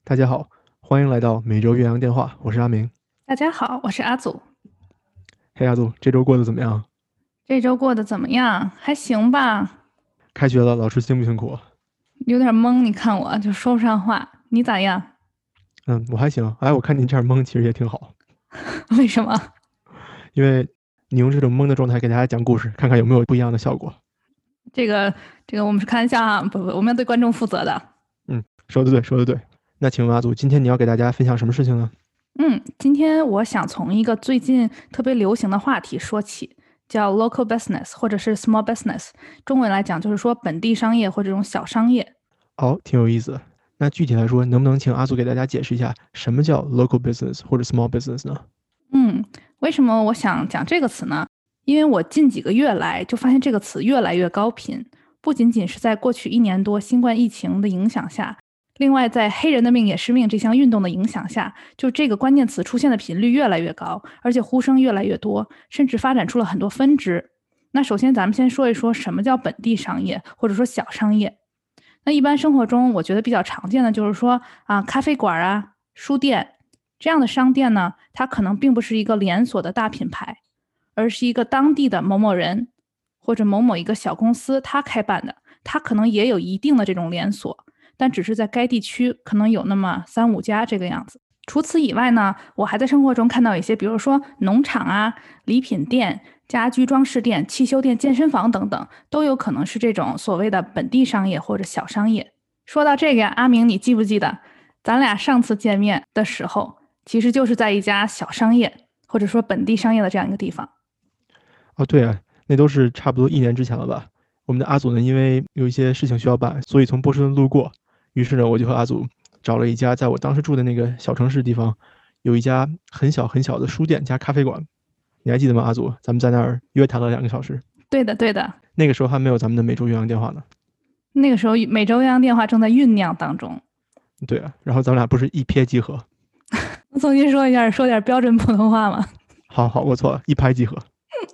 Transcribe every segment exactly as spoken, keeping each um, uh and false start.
大家好，欢迎来到每周岳阳电话，我是阿明。 大家好，我是阿祖。 嘿，阿祖，这周过得怎么样？ 这周过得怎么样？还行吧， 开学了，老师辛不辛苦？ 有点懵。你看我就说不上话，你咋样？ 嗯，我还行。哎，我看您这样懵，其实也挺好， 为什么？ 因为你用这种懵的状态给大家讲故事，看看有没有不一样的效果。 这个这个我们是开玩笑啊，不不，我们要对观众负责的。 嗯，说的对，说的对。那请问阿祖，今天你要给大家分享什么事情呢？ 嗯，今天我想从一个最近特别流行的话题说起，叫 local business 或者是 small business，中文来讲就是说本地商业或者这种小商业。 哦，挺有意思的。那具体来说，能不能请阿祖给大家解释一下，什么叫 local business 或者 small business 呢？ 嗯，为什么我想讲这个词呢？因为我近几个月来就发现这个词越来越高频，不仅仅是在过去一年多新冠疫情的影响下，另外在黑人的命也是命这项运动的影响下，就这个关键词出现的频率越来越高，而且呼声越来越多，甚至发展出了很多分支。那首先咱们先说一说什么叫本地商业，或者说小商业。那一般生活中我觉得比较常见的就是说啊，咖啡馆啊、书店这样的商店呢，它可能并不是一个连锁的大品牌，而是一个当地的某某人或者某某一个小公司他开办的，它可能也有一定的这种连锁，但只是在该地区可能有那么三五家这个样子。除此以外呢，我还在生活中看到一些，比如说农场啊、礼品店、家居装饰店、汽修店、健身房等等，都有可能是这种所谓的本地商业或者小商业。说到这个呀，阿明，你记不记得咱俩上次见面的时候，其实就是在一家小商业或者说本地商业的这样一个地方？ 哦，对啊，那都是差不多一年之前了吧？我们的阿祖呢，因为有一些事情需要办，所以从波士顿路过，于是呢，我就和阿祖找了一家在我当时住的那个小城市地方，有一家很小很小的书店加咖啡馆。你还记得吗，阿祖？咱们在那儿约谈了两个小时。 对的，对的。 那个时候还没有咱们的每周岳阳电话呢。 那个时候每周央电话正在酝酿当中。 对啊，然后咱们俩不是一拍即合。 重新说一下，说点标准普通话吗？ 好好，我错了，一拍即合。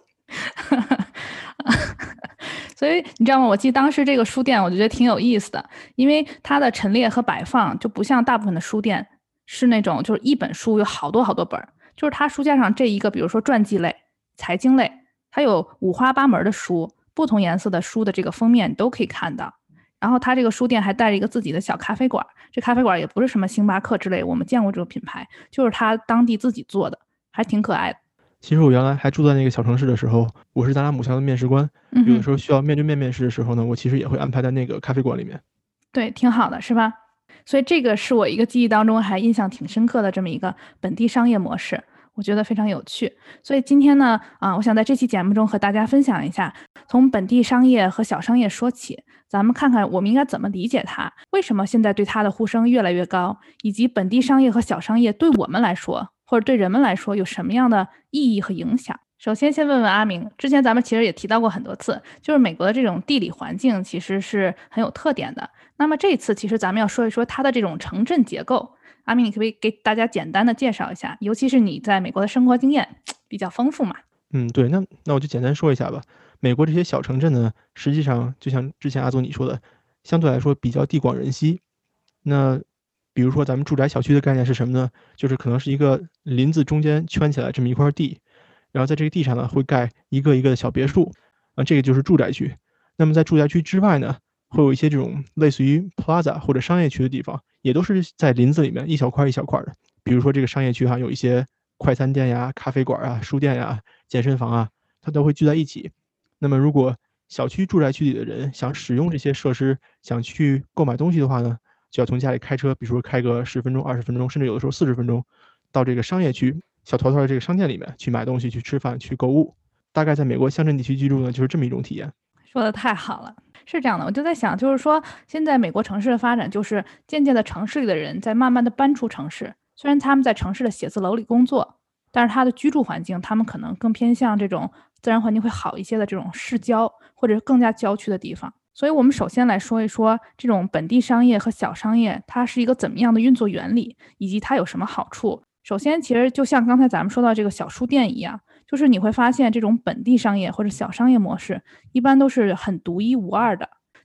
所以你知道吗？我记得当时这个书店，我就觉得挺有意思的，因为它的陈列和摆放就不像大部分的书店是那种就是一本书有好多好多本，就是它书架上这一个，比如说传记类、财经类，它有五花八门的书，不同颜色的书的这个封面你都可以看到。然后它这个书店还带着一个自己的小咖啡馆，这咖啡馆也不是什么星巴克之类我们见过这个品牌，就是它当地自己做的，还挺可爱的。 其实我原来还住在那个小城市的时候，我是咱俩母校的面试官， 嗯有的时候需要面对面面试的时候呢，我其实也会安排在那个咖啡馆里面。 对，挺好的，是吧？所以这个是我一个记忆当中还印象挺深刻的这么一个本地商业模式，我觉得非常有趣。所以今天呢，啊，我想在这期节目中和大家分享一下，从本地商业和小商业说起，咱们看看我们应该怎么理解它，为什么现在对它的呼声越来越高，以及本地商业和小商业对我们来说，或者对人们来说有什么样的意义和影响。首先，先问问阿明，之前咱们其实也提到过很多次，就是美国的这种地理环境其实是很有特点的。那么这次其实咱们要说一说它的这种城镇结构。阿明，你可不可以给大家简单的介绍一下？尤其是你在美国的生活经验比较丰富嘛。 嗯，对，那那我就简单说一下吧。美国这些小城镇呢，实际上就像之前阿祖你说的，相对来说比较地广人稀。那比如说咱们住宅小区的概念是什么呢？就是可能是一个林子中间圈起来这么一块地，然后在这个地上呢会盖一个一个的小别墅，啊，这个就是住宅区。那么在住宅区之外呢，会有一些这种类似于 plaza 或者商业区的地方，也都是在林子里面一小块一小块的。比如说这个商业区哈，有一些快餐店呀、咖啡馆啊、书店呀、健身房啊，它都会聚在一起。那么如果小区住宅区里的人想使用这些设施，想去购买东西的话呢，就要从家里开车，比如说开个十分钟、二十分钟，甚至有的时候四十分钟，到这个商业区小团团的这个商店里面去买东西、去吃饭、去购物。大概在美国乡镇地区居住呢，就是这么一种体验。 说的太好了，是这样的，我就在想，就是说现在美国城市的发展，就是渐渐的城市里的人在慢慢的搬出城市，虽然他们在城市的写字楼里工作，但是他的居住环境，他们可能更偏向这种自然环境会好一些的这种市郊或者更加郊区的地方。所以我们首先来说一说这种本地商业和小商业，它是一个怎么样的运作原理，以及它有什么好处。首先，其实就像刚才咱们说到这个小书店一样，就是你会发现这种本地商业或者小商业模式，一般都是很独一无二的。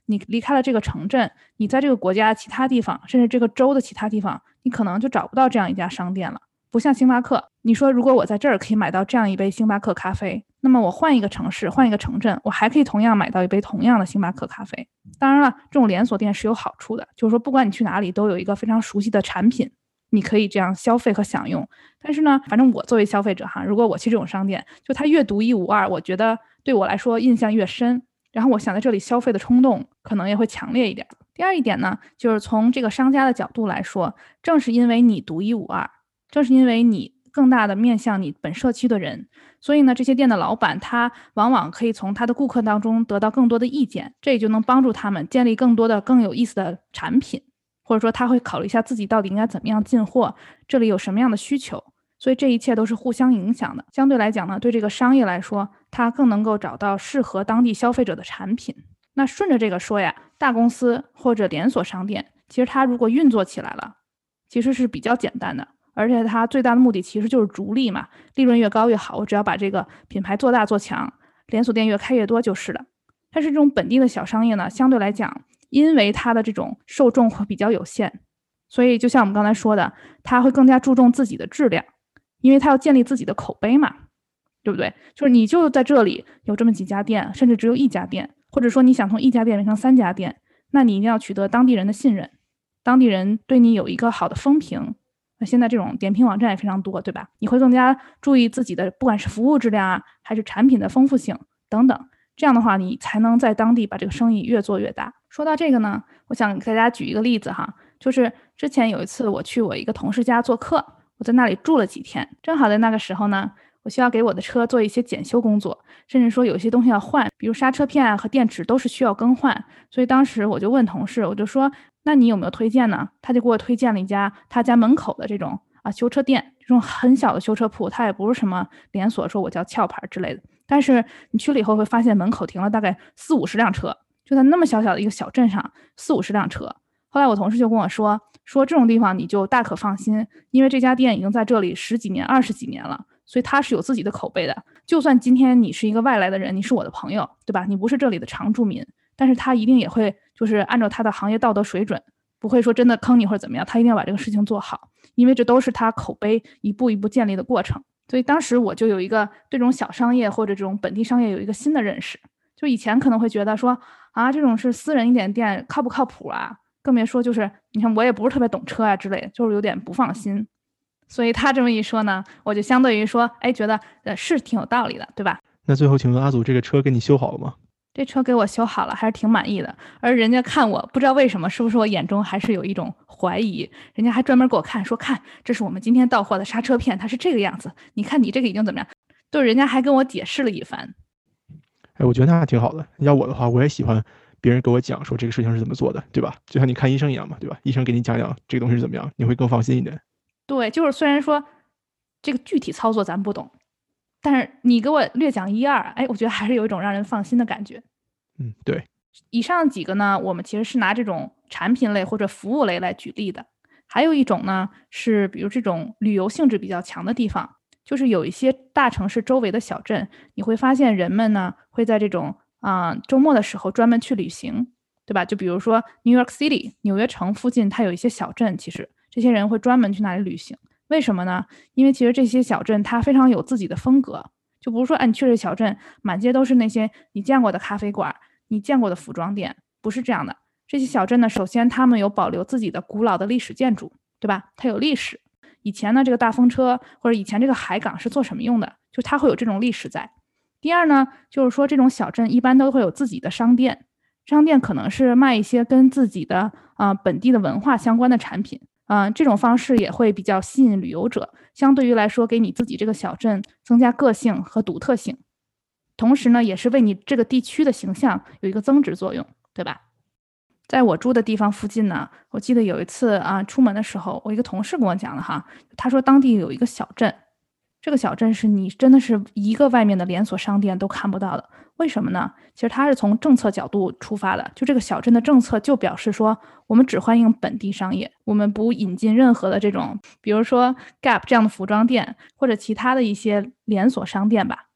你离开了这个城镇，你在这个国家其他地方，甚至这个州的其他地方，你可能就找不到这样一家商店了。不像星巴克，你说如果我在这儿可以买到这样一杯星巴克咖啡，那么我换一个城市，换一个城镇，我还可以同样买到一杯同样的星巴克咖啡。当然了，这种连锁店是有好处的，就是说不管你去哪里都有一个非常熟悉的产品，你可以这样消费和享用。但是呢，反正我作为消费者哈，如果我去这种商店，就它越独一无二，我觉得对我来说印象越深，然后我想在这里消费的冲动可能也会强烈一点。第二一点呢，就是从这个商家的角度来说，正是因为你独一无二，正是因为你更大的面向你本社区的人，所以呢，这些店的老板他往往可以从他的顾客当中得到更多的意见，这也就能帮助他们建立更多的更有意思的产品，或者说他会考虑一下自己到底应该怎么样进货，这里有什么样的需求，所以这一切都是互相影响的。相对来讲呢，对这个商业来说，它更能够找到适合当地消费者的产品。那顺着这个说呀，大公司或者连锁商店，其实它如果运作起来了，其实是比较简单的，而且它最大的目的其实就是逐利嘛，利润越高越好，我只要把这个品牌做大做强，连锁店越开越多就是了。但是这种本地的小商业呢，相对来讲，因为它的这种受众会比较有限，所以就像我们刚才说的，它会更加注重自己的质量，因为它要建立自己的口碑嘛，对不对？就是你就在这里有这么几家店，甚至只有一家店，或者说你想从一家店变成三家店，那你一定要取得当地人的信任，当地人对你有一个好的风评。那现在这种点评网站也非常多，对吧？你会更加注意自己的不管是服务质量啊，还是产品的丰富性等等，这样的话你才能在当地把这个生意越做越大。说到这个呢，我想给大家举一个例子哈，就是之前有一次我去我一个同事家做客，我在那里住了几天，正好在那个时候呢，我需要给我的车做一些检修工作，甚至说有些东西要换，比如刹车片啊和电池都是需要更换。所以当时我就问同事，我就说那你有没有推荐呢？他就给我推荐了一家他家门口的这种啊修车店，这种很小的修车铺，它也不是什么连锁，说我叫壳牌之类的，但是你去了以后会发现门口停了大概四五十辆车，就在那么小小的一个小镇上，四五十辆车。后来我同事就跟我说，说这种地方你就大可放心，因为这家店已经在这里十几年、二十几年了，所以他是有自己的口碑的。就算今天你是一个外来的人，你是我的朋友，对吧？你不是这里的常住民，但是他一定也会就是按照他的行业道德水准，不会说真的坑你或者怎么样，他一定要把这个事情做好，因为这都是他口碑一步一步建立的过程。所以当时我就有一个对这种小商业或者这种本地商业有一个新的认识，就以前可能会觉得说啊，这种是私人一点店靠不靠谱啊，更别说就是你看我也不是特别懂车啊之类的，就是有点不放心。所以他这么一说呢，我就相对于说，哎，觉得呃是挺有道理的，对吧？ 那最后请问阿祖，这个车给你修好了吗？ 这车给我修好了，还是挺满意的。而人家看我，不知道为什么，是不是我眼中还是有一种怀疑？人家还专门给我看，说看，这是我们今天到货的刹车片，它是这个样子。你看你这个已经怎么样？对，人家还跟我解释了一番。 哎，我觉得那挺好的。要我的话，我也喜欢别人给我讲说这个事情是怎么做的，对吧？就像你看医生一样嘛，对吧？医生给你讲讲这个东西是怎么样，你会更放心一点。 对，就是虽然说这个具体操作咱不懂，但是你给我略讲一二，哎，我觉得还是有一种让人放心的感觉。 嗯，对。 以上几个呢，我们其实是拿这种产品类或者服务类来举例的。还有一种呢，是比如这种旅游性质比较强的地方，就是有一些大城市周围的小镇，你会发现人们呢会在这种啊、呃、周末的时候专门去旅行，对吧？就比如说 New York City 纽约城附近，它有一些小镇，其实这些人会专门去那里旅行。为什么呢？因为其实这些小镇它非常有自己的风格，就不是说哎你去这小镇满街都是那些你见过的咖啡馆，你见过的服装店，不是这样的。这些小镇呢，首先他们有保留自己的古老的历史建筑，对吧？它有历史。以前呢，这个大风车或者以前这个海港是做什么用的？就它会有这种历史在。第二呢，就是说这种小镇一般都会有自己的商店，商店可能是卖一些跟自己的啊、呃、本地的文化相关的产品。嗯、呃，这种方式也会比较吸引旅游者，相对于来说给你自己这个小镇增加个性和独特性，同时呢，也是为你这个地区的形象有一个增值作用，对吧？在我住的地方附近呢，我记得有一次啊，出门的时候，我一个同事跟我讲了哈，他说当地有一个小镇，这个小镇是你真的是一个外面的连锁商店都看不到的。为什么呢？其实它是从政策角度出发的，就这个小镇的政策就表示说，我们只欢迎本地商业，我们不引进任何的这种，比如说 Gap 这样的服装店或者其他的一些连锁商店吧。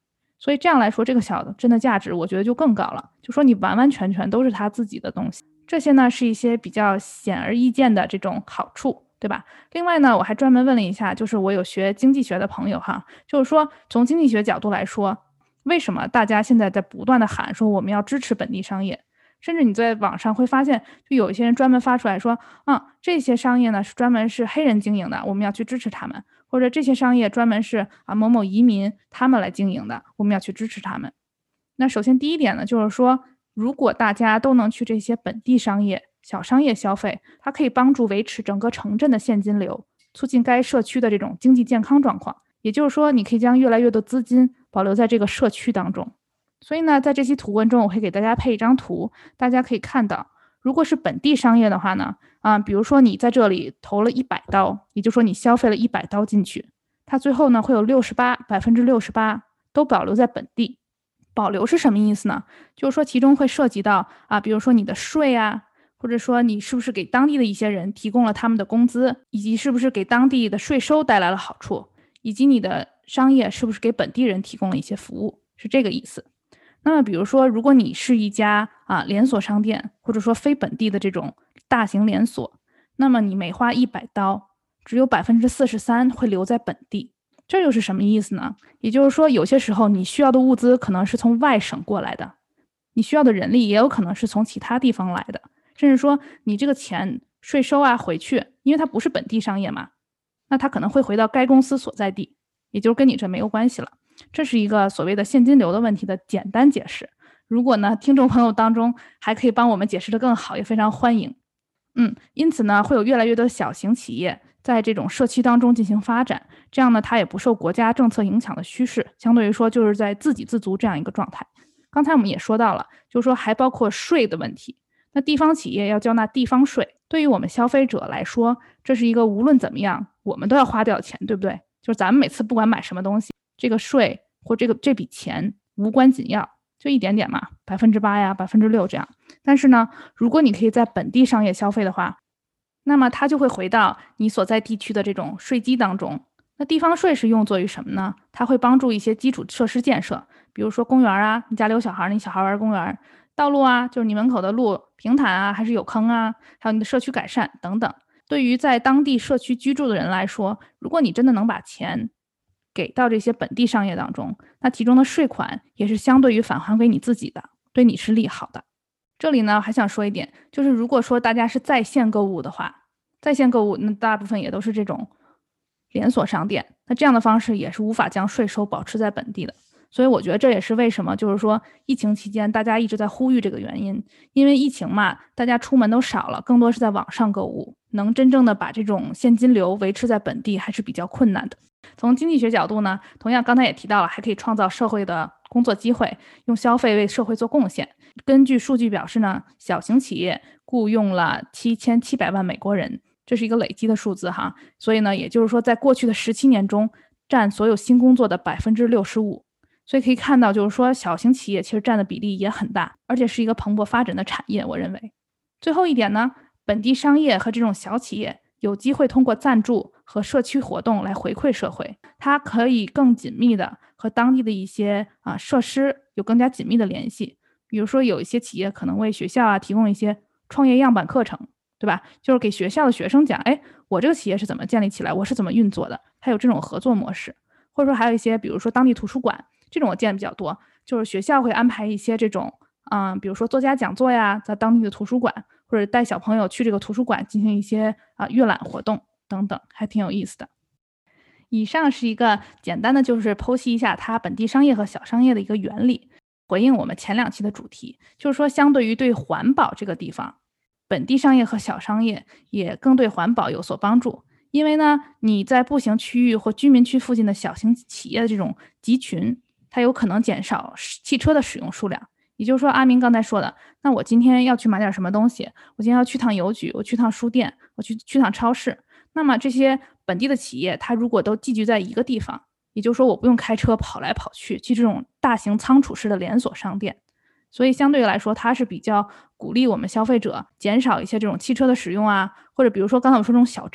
所以这样来说，这个小镇的价值我觉得就更高了，就说你完完全全都是他自己的东西。这些呢是一些比较显而易见的这种好处，对吧？另外呢，我还专门问了一下，就是我有学经济学的朋友哈，就是说从经济学角度来说，为什么大家现在在不断的喊说我们要支持本地商业？甚至你在网上会发现，就有一些人专门发出来说，啊，这些商业呢是专门是黑人经营的，我们要去支持他们，或者这些商业专门是啊某某移民他们来经营的，我们要去支持他们。那首先第一点呢，就是说，如果大家都能去这些本地商业、小商业消费，它可以帮助维持整个城镇的现金流，促进该社区的这种经济健康状况。也就是说，你可以将越来越多资金保留在这个社区当中。所以呢，在这期图文中，我会给大家配一张图，大家可以看到，如果是本地商业的话呢，啊，比如说你在这里投了一百刀，也就是说你消费了一百刀进去，它最后呢会有六十八百分之六十八都保留在本地。保留是什么意思呢？就是说其中会涉及到啊，比如说你的税啊，或者说你是不是给当地的一些人提供了他们的工资，以及是不是给当地的税收带来了好处，以及你的商业是不是给本地人提供了一些服务，是这个意思。那么比如说，如果你是一家啊连锁商店，或者说非本地的这种大型连锁，那么你每花一百刀，只有百分之四十三会留在本地。这又是什么意思呢？也就是说，有些时候你需要的物资可能是从外省过来的，你需要的人力也有可能是从其他地方来的，甚至说你这个钱税收啊回去，因为它不是本地商业嘛，那它可能会回到该公司所在地，也就是跟你这没有关系了。这是一个所谓的现金流的问题的简单解释。如果呢，听众朋友当中还可以帮我们解释得更好，也非常欢迎。嗯，因此呢，会有越来越多小型企业在这种社区当中进行发展，这样呢，它也不受国家政策影响的趋势，相对于说就是在自给自足这样一个状态。刚才我们也说到了，就是说还包括税的问题。那地方企业要交纳地方税，对于我们消费者来说，这是一个无论怎么样我们都要花掉钱，对不对？就是咱们每次不管买什么东西，这个税或这个这笔钱无关紧要，就一点点嘛，百分之八呀，百分之六这样。但是呢，如果你可以在本地商业消费的话，那么它就会回到你所在地区的这种税基当中。那地方税是用作于什么呢？它会帮助一些基础设施建设，比如说公园啊，你家里有小孩，你小孩玩公园；道路啊，就是你门口的路平坦啊，还是有坑啊，还有你的社区改善等等。对于在当地社区居住的人来说，如果你真的能把钱给到这些本地商业当中，那其中的税款也是相对于返还给你自己的，对你是利好的。这里呢还想说一点，就是如果说大家是在线购物的话，在线购物那大部分也都是这种连锁商店，那这样的方式也是无法将税收保持在本地的。所以我觉得这也是为什么就是说疫情期间大家一直在呼吁这个原因，因为疫情嘛，大家出门都少了，更多是在网上购物，能真正的把这种现金流维持在本地还是比较困难的。从经济学角度呢，同样刚才也提到了，还可以创造社会的工作机会，用消费为社会做贡献。根据数据表示呢，小型企业雇佣了七千七百万美国人，这是一个累积的数字哈。所以呢，也就是说，在过去的十七年中，占所有新工作的百分之六十五。所以可以看到，就是说小型企业其实占的比例也很大，而且是一个蓬勃发展的产业。我认为，最后一点呢，本地商业和这种小企业有机会通过赞助和社区活动来回馈社会，它可以更紧密的和当地的一些啊设施有更加紧密的联系。比如说，有一些企业可能为学校啊提供一些创业样板课程，对吧？就是给学校的学生讲，哎，我这个企业是怎么建立起来，我是怎么运作的，它有这种合作模式。或者说还有一些，比如说当地图书馆，这种我见的比较多，就是学校会安排一些这种，嗯，比如说作家讲座呀，在当地的图书馆，或者带小朋友去这个图书馆进行一些啊阅览活动等等，还挺有意思的。以上是一个简单的，就是剖析一下它本地商业和小商业的一个原理，回应我们前两期的主题，就是说相对于对环保这个地方，本地商业和小商业也更对环保有所帮助。因为呢，你在步行区域或居民区附近的小型企业的这种集群，它有可能减少汽车的使用数量。也就是说，阿明刚才说的，那我今天要去买点什么东西，我今天要去趟邮局，我去趟书店，我去去趟超市。那么这些本地的企业，它如果都聚集在一个地方，也就是说我不用开车跑来跑去，去这种大型仓储式的连锁商店，所以相对来说，它是比较鼓励我们消费者减少一些这种汽车的使用啊，或者比如说刚才我说这种小镇，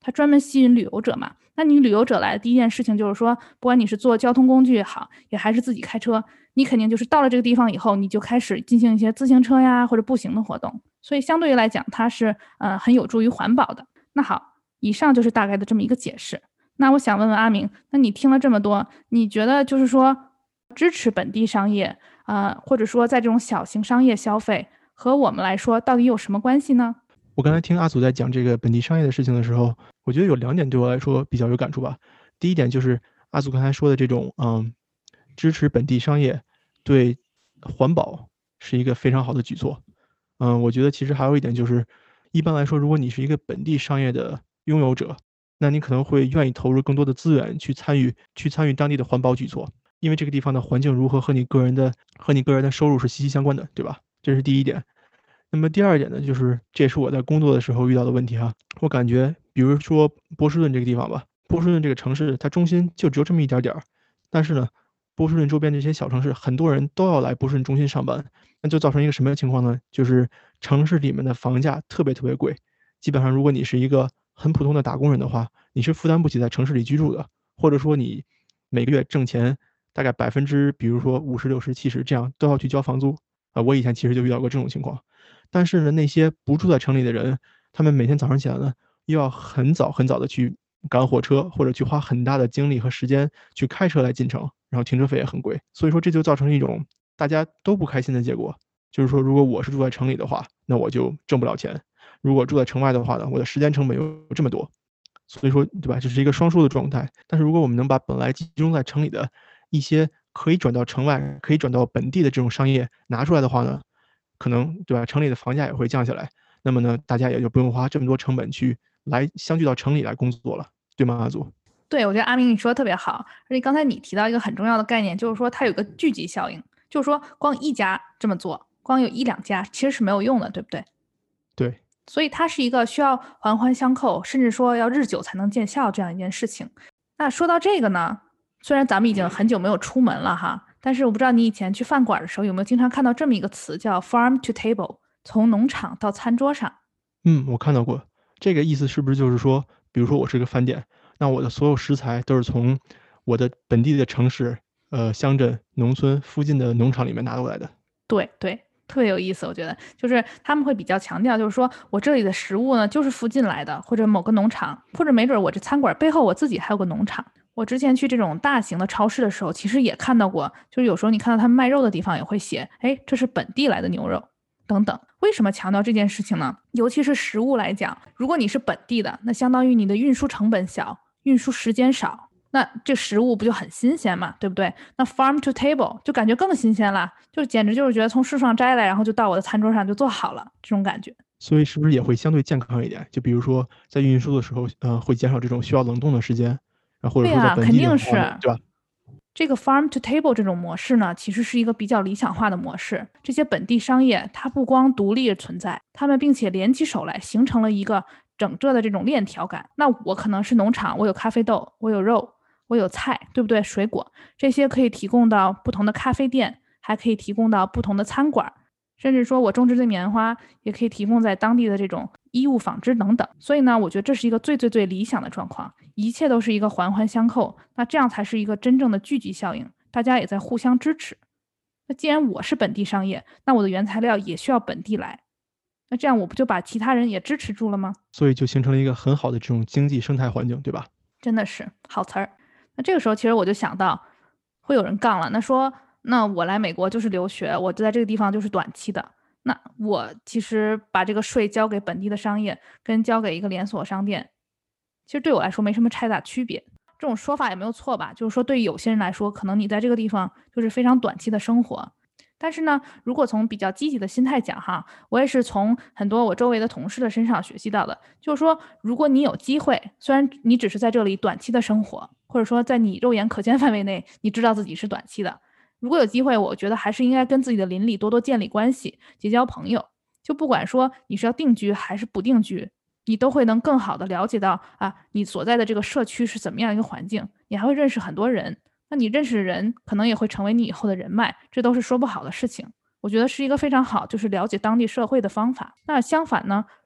它专门吸引旅游者嘛。那你旅游者来的第一件事情就是说，不管你是坐交通工具也好，也还是自己开车，你肯定就是到了这个地方以后，你就开始进行一些自行车呀或者步行的活动，所以相对于来讲，它是呃很有助于环保的。那好，以上就是大概的这么一个解释。那我想问问阿明，那你听了这么多，你觉得就是说支持本地商业，呃，或者说在这种小型商业消费和我们来说到底有什么关系呢？ 我刚才听阿祖在讲这个本地商业的事情的时候，我觉得有两点对我来说比较有感触吧。第一点就是阿祖刚才说的这种，嗯，支持本地商业对环保是一个非常好的举措。嗯，我觉得其实还有一点就是，一般来说，如果你是一个本地商业的拥有者，那你可能会愿意投入更多的资源去参与去参与当地的环保举措，因为这个地方的环境如何和你个人的和你个人的收入是息息相关的，对吧？这是第一点。那么第二点呢，就是这也是我在工作的时候遇到的问题哈。我感觉，比如说波士顿这个地方吧，波士顿这个城市，它中心就只有这么一点点儿，但是呢，波士顿周边这些小城市，很多人都要来波士顿中心上班，那就造成一个什么样的情况呢？就是城市里面的房价特别特别贵，基本上如果你是一个很普通的打工人的话，你是负担不起在城市里居住的，或者说你每个月挣钱大概百分之，比如说五十、六十、七十这样都要去交房租啊。我以前其实就遇到过这种情况。但是呢，那些不住在城里的人，他们每天早上起来呢，又要很早很早的去赶火车，或者去花很大的精力和时间去开车来进城，然后停车费也很贵。所以说这就造成一种大家都不开心的结果，就是说如果我是住在城里的话，那我就挣不了钱；如果住在城外的话呢，我的时间成本有这么多。所以说，对吧？这是一个双输的状态。但是如果我们能把本来集中在城里的一些可以转到城外、可以转到本地的这种商业拿出来的话呢，可能对吧？城里的房价也会降下来，那么呢，大家也就不用花这么多成本去来相聚到城里来工作了，对吗，阿祖？ 对，我觉得阿明你说的特别好，而且刚才你提到一个很重要的概念，就是说它有个聚集效应，就是说光一家这么做，光有一两家其实是没有用的，对不对？ 对， 所以它是一个需要环环相扣，甚至说要日久才能见效这样一件事情。那说到这个呢，虽然咱们已经很久没有出门了哈，但是我不知道你以前去饭馆的时候有没有经常看到这么一个词叫 farm to table，从农场到餐桌上。 嗯，我看到过。这个意思是不是就是说，比如说我是个饭店，那我的所有食材都是从我的本地的城市、呃乡镇、农村附近的农场里面拿过来的？ 对对，特别有意思，我觉得就是他们会比较强调，就是说我这里的食物呢，就是附近来的，或者某个农场，或者没准我这餐馆背后我自己还有个农场。我之前去这种大型的超市的时候，其实也看到过，就是有时候你看到他们卖肉的地方也会写，哎，这是本地来的牛肉等等。为什么强调这件事情呢？尤其是食物来讲，如果你是本地的，那相当于你的运输成本小，运输时间少，那这食物不就很新鲜嘛，对不对？那 farm to table 就感觉更新鲜了，就简直就是觉得从树上摘来，然后就到我的餐桌上就做好了，这种感觉。 所以是不是也会相对健康一点？就比如说在运输的时候，呃，会减少这种需要冷冻的时间，然后或者对呀， 说在本肯地的话呢， 定是。 对吧？ 这个 farm to table 这种模式呢，其实是一个比较理想化的模式。这些本地商业，它不光独立存在，他们并且联起手来，形成了一个整个的这种链条感。那我可能是农场，我有咖啡豆，我有肉，我有菜，对不对？水果这些可以提供到不同的咖啡店，还可以提供到不同的餐馆，甚至说我种植的棉花也可以提供在当地的这种衣物纺织等等。所以呢，我觉得这是一个最最最理想的状况。一切都是一个环环相扣，那这样才是一个真正的聚集效应，大家也在互相支持。那既然我是本地商业，那我的原材料也需要本地来，那这样我不就把其他人也支持住了吗？ 所以就形成了一个很好的这种经济生态环境，对吧？ 真的是好词儿。那这个时候其实我就想到，会有人杠了，那说那我来美国就是留学，我就在这个地方就是短期的，那我其实把这个税交给本地的商业，跟交给一个连锁商店，其实对我来说没什么太大区别。这种说法也没有错吧？就是说，对于有些人来说，可能你在这个地方就是非常短期的生活。但是呢，如果从比较积极的心态讲哈，我也是从很多我周围的同事的身上学习到的，就是说，如果你有机会，虽然你只是在这里短期的生活，或者说在你肉眼可见范围内，你知道自己是短期的，如果有机会，我觉得还是应该跟自己的邻里多多建立关系，结交朋友。就不管说你是要定居还是不定居，你都会能更好的了解到啊，你所在的这个社区是怎么样一个环境，你还会认识很多人。那你认识的人可能也会成为你以后的人脉，这都是说不好的事情。我觉得是一个非常好，就是了解当地社会的方法。那相反呢，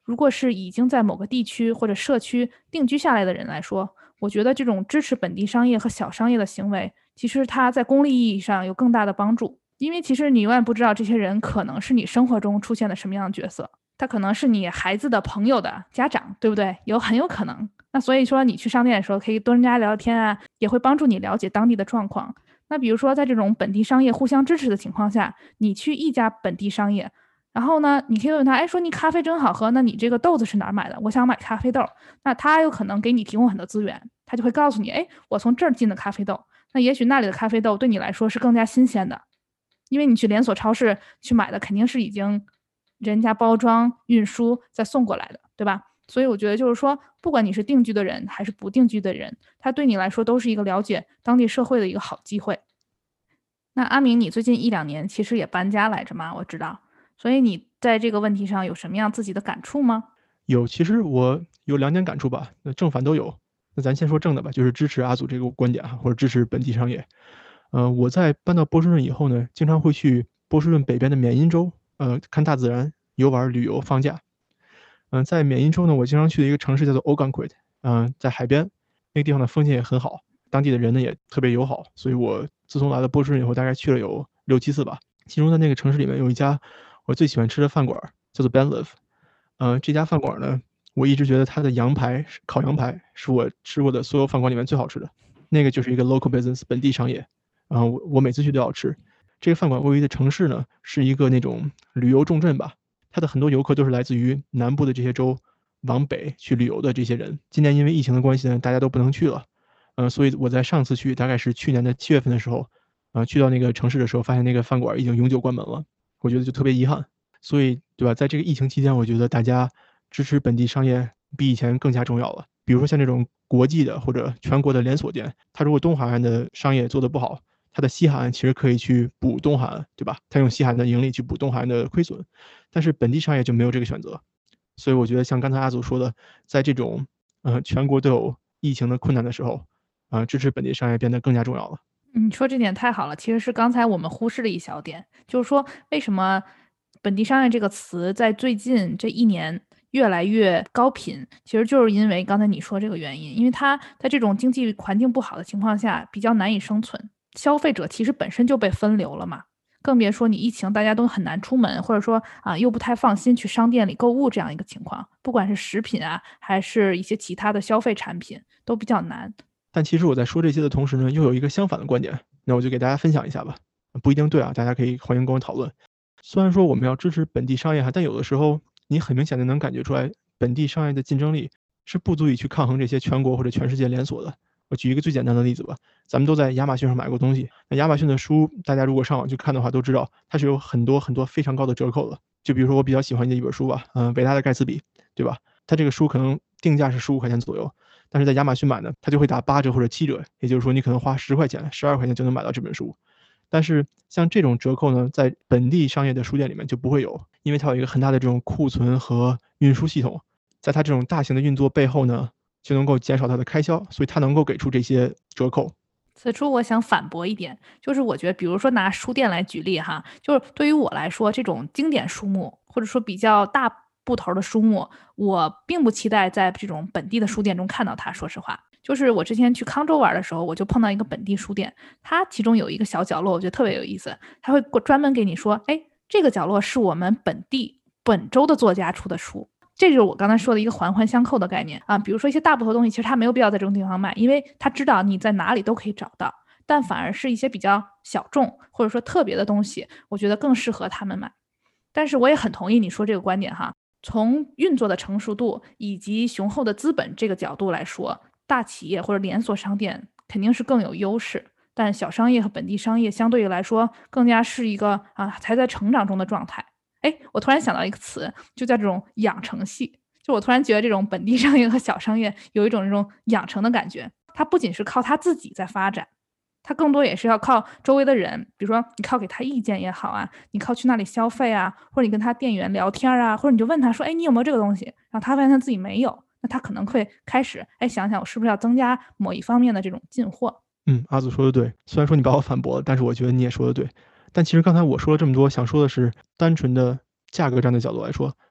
如果是已经在某个地区或者社区定居下来的人来说，我觉得这种支持本地商业和小商业的行为，其实它在功利意义上有更大的帮助。因为其实你永远不知道这些人可能是你生活中出现的什么样的角色，他可能是你孩子的朋友的家长，对不对？有很有可能。那所以说你去商店的时候可以多人家聊天啊，也会帮助你了解当地的状况。那比如说在这种本地商业互相支持的情况下，你去一家本地商业，然后呢，你可以问他，哎，说你咖啡真好喝，那你这个豆子是哪儿买的？我想买咖啡豆。那他有可能给你提供很多资源，他就会告诉你，哎，我从这儿进的咖啡豆，那也许那里的咖啡豆对你来说是更加新鲜的，因为你去连锁超市去买的肯定是已经人家包装、运输再送过来的，对吧？所以我觉得就是说，不管你是定居的人还是不定居的人，他对你来说都是一个了解当地社会的一个好机会。那阿明，你最近一两年其实也搬家来着嘛，我知道。所以你在这个问题上有什么样自己的感触吗？ 有，其实我有两点感触吧，那正反都有。那咱先说正的吧，就是支持阿祖这个观点哈，或者支持本地商业。呃，我在搬到波士顿以后呢，经常会去波士顿北边的缅因州，呃，看大自然、游玩、旅游、放假。嗯、呃，在缅因州呢，我经常去的一个城市叫做 Ogunquit， 嗯、呃，在海边，那个地方的风景也很好，当地的人呢也特别友好，所以我自从来了波士顿以后，大概去了有六七次吧。其中在那个城市里面有一家我最喜欢吃的饭馆，叫做 Ben Live。呃，这家饭馆呢，我一直觉得它的羊排烤羊排是我吃过的所有饭馆里面最好吃的。那个就是一个 local business 本地商业，然后我我每次去都要吃。这个饭馆位于的城市呢，是一个那种旅游重镇吧，它的很多游客都是来自于南部的这些州往北去旅游的这些人。今年因为疫情的关系呢，大家都不能去了，呃，所以我在上次去大概是去年的七月份的时候，呃，去到那个城市的时候，发现那个饭馆已经永久关门了，我觉得就特别遗憾。所以，对吧？在这个疫情期间，我觉得大家支持本地商业比以前更加重要了。比如说像这种国际的或者全国的连锁店，它如果东海岸的商业做得不好，它的西海岸其实可以去补东海岸，对吧？它用西海岸的盈利去补东海岸的亏损，但是本地商业就没有这个选择。所以我觉得像刚才阿祖说的，在这种呃全国都有疫情的困难的时候，啊、呃，支持本地商业变得更加重要了。 你说这点太好了，其实是刚才我们忽视的一小点，就是说为什么本地商业这个词在最近这一年越来越高频，其实就是因为刚才你说这个原因，因为它在这种经济环境不好的情况下比较难以生存，消费者其实本身就被分流了嘛，更别说你疫情大家都很难出门，或者说啊又不太放心去商店里购物这样一个情况，不管是食品啊还是一些其他的消费产品都比较难。 但其实我在说这些的同时呢，又有一个相反的观点，那我就给大家分享一下吧。不一定对啊，大家可以欢迎跟我讨论。虽然说我们要支持本地商业哈，但有的时候你很明显的能感觉出来，本地商业的竞争力是不足以去抗衡这些全国或者全世界连锁的。我举一个最简单的例子吧，咱们都在亚马逊上买过东西，那亚马逊的书，大家如果上网去看的话，都知道它是有很多很多非常高的折扣的。就比如说我比较喜欢的一本书吧，嗯、呃，伟大的盖茨比，对吧？它这个书可能定价是十五块钱左右，但是在亚马逊买呢，它就会打八折或者七折，也就是说你可能花十块钱、十二块钱就能买到这本书。但是像这种折扣呢，在本地商业的书店里面就不会有，因为它有一个很大的这种库存和运输系统，在它这种大型的运作背后呢，就能够减少它的开销，所以它能够给出这些折扣。 此处我想反驳一点，就是我觉得，比如说拿书店来举例哈，就是对于我来说，这种经典书目或者说比较大部头的书目，我并不期待在这种本地的书店中看到它。说实话，就是我之前去康州玩的时候，我就碰到一个本地书店，它其中有一个小角落，我觉得特别有意思，它会专门给你说，哎，这个角落是我们本地本州的作家出的书。这就是我刚才说的一个环环相扣的概念啊。比如说一些大部头东西，其实它没有必要在这种地方卖，因为他知道你在哪里都可以找到。但反而是一些比较小众或者说特别的东西，我觉得更适合他们买。但是我也很同意你说这个观点哈，从运作的成熟度以及雄厚的资本这个角度来说，大企业或者连锁商店肯定是更有优势。但小商业和本地商业相对于来说，更加是一个啊才在成长中的状态。哎，我突然想到一个词，就叫这种养成系。就我突然觉得这种本地商业和小商业有一种这种养成的感觉，它不仅是靠它自己在发展，它更多也是要靠周围的人，比如说你靠给他意见也好啊，你靠去那里消费啊，或者你跟他店员聊天啊，或者你就问他说，哎，你有没有这个东西？然后他发现他自己没有，那他可能会开始，哎，想想我是不是要增加某一方面的这种进货。 嗯，阿祖说的对，虽然说你把我反驳了，但是我觉得你也说的对。但其实刚才我说了这么多，想说的是，单纯的价格战的角度来说，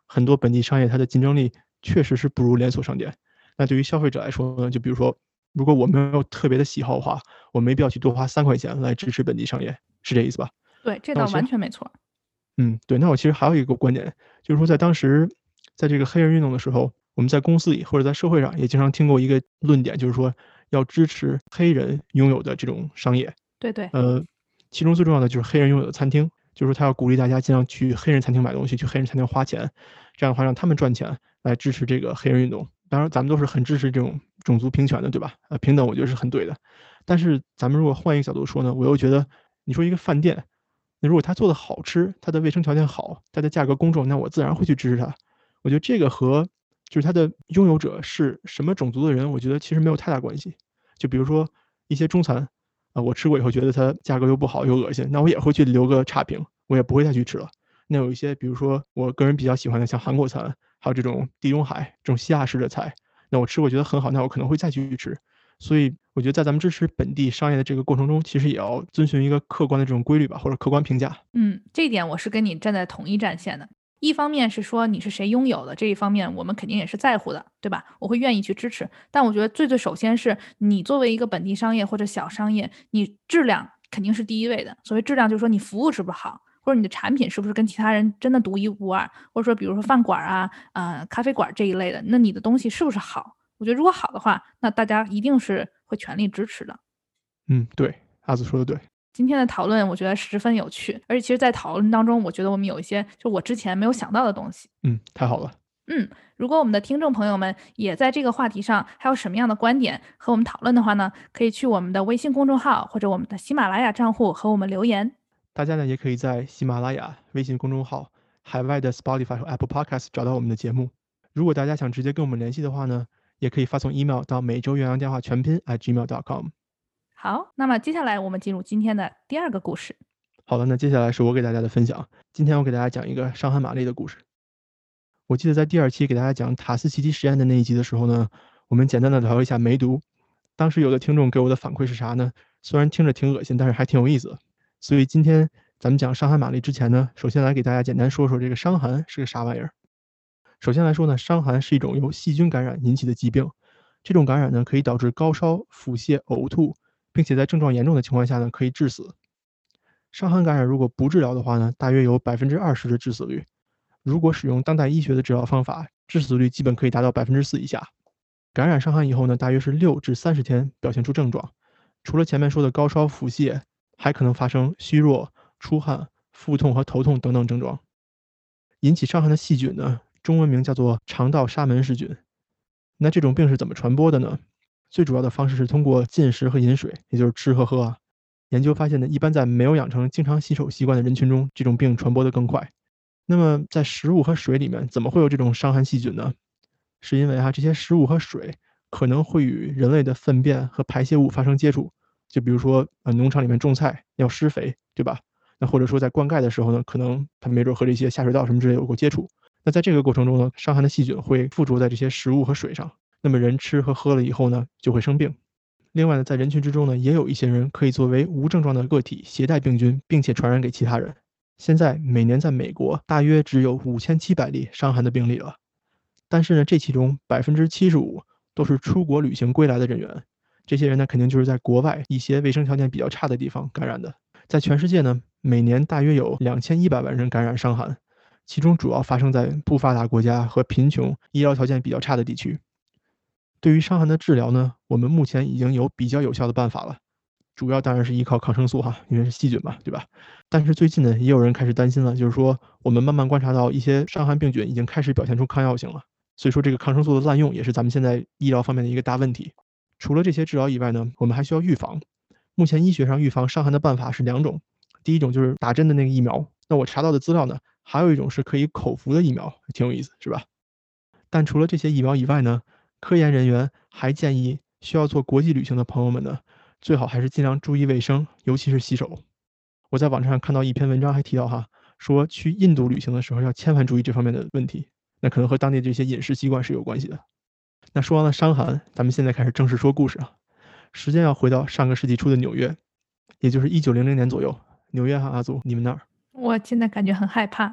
很多本地商业它的竞争力确实是不如连锁商店。那对于消费者来说呢，就比如说，如果我没有特别的喜好的话，我没必要去多花三块钱来支持本地商业，是这意思吧？ 对，这倒那我其实完全没错。 嗯，对，那我其实还有一个观点，就是说在当时，在这个黑人运动的时候，我们在公司里或者在社会上也经常听过一个论点，就是说要支持黑人拥有的这种商业。 对对， 呃，其中最重要的就是黑人拥有的餐厅，就是说他要鼓励大家尽量去黑人餐厅买东西，去黑人餐厅花钱，这样的话让他们赚钱来支持这个黑人运动。当然，咱们都是很支持这种种族平权的，对吧？呃，平等我觉得是很对的。但是咱们如果换一个角度说呢，我又觉得，你说一个饭店，那如果它做的好吃，它的卫生条件好，它的价格公正，那我自然会去支持它。我觉得这个和就是它的拥有者是什么种族的人，我觉得其实没有太大关系。就比如说一些中餐，啊，我吃过以后觉得它价格又不好又恶心，那我也会去留个差评，我也不会再去吃了。那有一些比如说我个人比较喜欢的像韩国餐，还有这种地中海这种西亚式的菜，那我吃过觉得很好，那我可能会再去吃。所以我觉得在咱们支持本地商业的这个过程中，其实也要遵循一个客观的这种规律吧，或者客观评价。 嗯，这一点我是跟你站在同一战线的。一方面是说你是谁拥有的这一方面，我们肯定也是在乎的，对吧？我会愿意去支持。但我觉得最最首先是你作为一个本地商业或者小商业，你质量肯定是第一位的。所谓质量，就是说你服务是不是好，或者你的产品是不是跟其他人真的独一无二，或者说比如说饭馆啊、呃咖啡馆这一类的，那你的东西是不是好？我觉得如果好的话，那大家一定是会全力支持的。 嗯，对，阿紫说的对。 今天的讨论我觉得十分有趣，而且其实在讨论当中，我觉得我们有一些就我之前没有想到的东西。 嗯，太好了。 嗯，如果我们的听众朋友们也在这个话题上还有什么样的观点和我们讨论的话呢，可以去我们的微信公众号或者我们的喜马拉雅账户和我们留言。 大家呢也可以在喜马拉雅、微信公众号、海外的 Spotify 和 Apple Podcast 找到我们的节目。如果大家想直接跟我们联系的话呢，也可以发送 email 到每周岳阳电话全拼 at gmail dot com。 好，那么接下来我们进入今天的第二个故事。 好了，那接下来是我给大家的分享。今天我给大家讲一个伤寒玛丽的故事。我记得在第二期给大家讲塔斯奇迹实验的那一集的时候呢，我们简单的聊一下梅毒。当时有的听众给我的反馈是啥呢？虽然听着挺恶心，但是还挺有意思。所以今天咱们讲伤寒玛丽之前呢，首先来给大家简单说说这个伤寒是个啥玩意儿。首先来说呢，伤寒是一种由细菌感染引起的疾病，这种感染呢可以导致高烧、腹泻、呕吐，并且在症状严重的情况下呢可以致死。伤寒感染如果不治疗的话呢，大约有百分之二十的致死率。如果使用当代医学的治疗方法，致死率基本可以达到百分之四以下。感染伤寒以后呢，大约是六至三十天表现出症状。除了前面说的高烧、腹泻，还可能发生虚弱、出汗、腹痛和头痛等等症状。引起伤寒的细菌呢，中文名叫做肠道沙门氏菌。那这种病是怎么传播的呢？最主要的方式是通过进食和饮水，也就是吃和喝啊。研究发现呢，一般在没有养成经常洗手习惯的人群中，这种病传播得更快。那么在食物和水里面，怎么会有这种伤寒细菌呢？是因为啊，这些食物和水可能会与人类的粪便和排泄物发生接触。就比如说，呃，农场里面种菜要施肥，对吧？那或者说在灌溉的时候呢，可能它没准和这些下水道什么之类有过接触。那在这个过程中呢，伤寒的细菌会附着在这些食物和水上，那么人吃和喝了以后呢，就会生病。另外呢，在人群之中呢，也有一些人可以作为无症状的个体携带病菌，并且传染给其他人。现在每年在美国大约只有五千七百例伤寒的病例了，但是呢，这其中百分之七十五都是出国旅行归来的人员。这些人呢，肯定就是在国外一些卫生条件比较差的地方感染的。在全世界呢，每年大约有两千一百万人感染伤寒，其中主要发生在不发达国家和贫穷、医疗条件比较差的地区。对于伤寒的治疗呢，我们目前已经有比较有效的办法了。主要当然是依靠抗生素哈，因为是细菌嘛，对吧？但是最近呢，也有人开始担心了，就是说我们慢慢观察到一些伤寒病菌已经开始表现出抗药性了，所以说这个抗生素的滥用也是咱们现在医疗方面的一个大问题。除了这些治疗以外呢，我们还需要预防。目前医学上预防伤寒的办法是两种，第一种就是打针的那个疫苗，那我查到的资料呢，还有一种是可以口服的疫苗，挺有意思，是吧？但除了这些疫苗以外呢，科研人员还建议需要做国际旅行的朋友们呢，最好还是尽量注意卫生，尤其是洗手。我在网上看到一篇文章还提到哈，说去印度旅行的时候要千万注意这方面的问题，那可能和当地这些饮食习惯是有关系的。那说完了伤寒，咱们现在开始正式说故事啊。时间要回到上个世纪初的纽约，也就是一九零零年左右。纽约哈，阿祖，你们那儿？ 我现在感觉很害怕。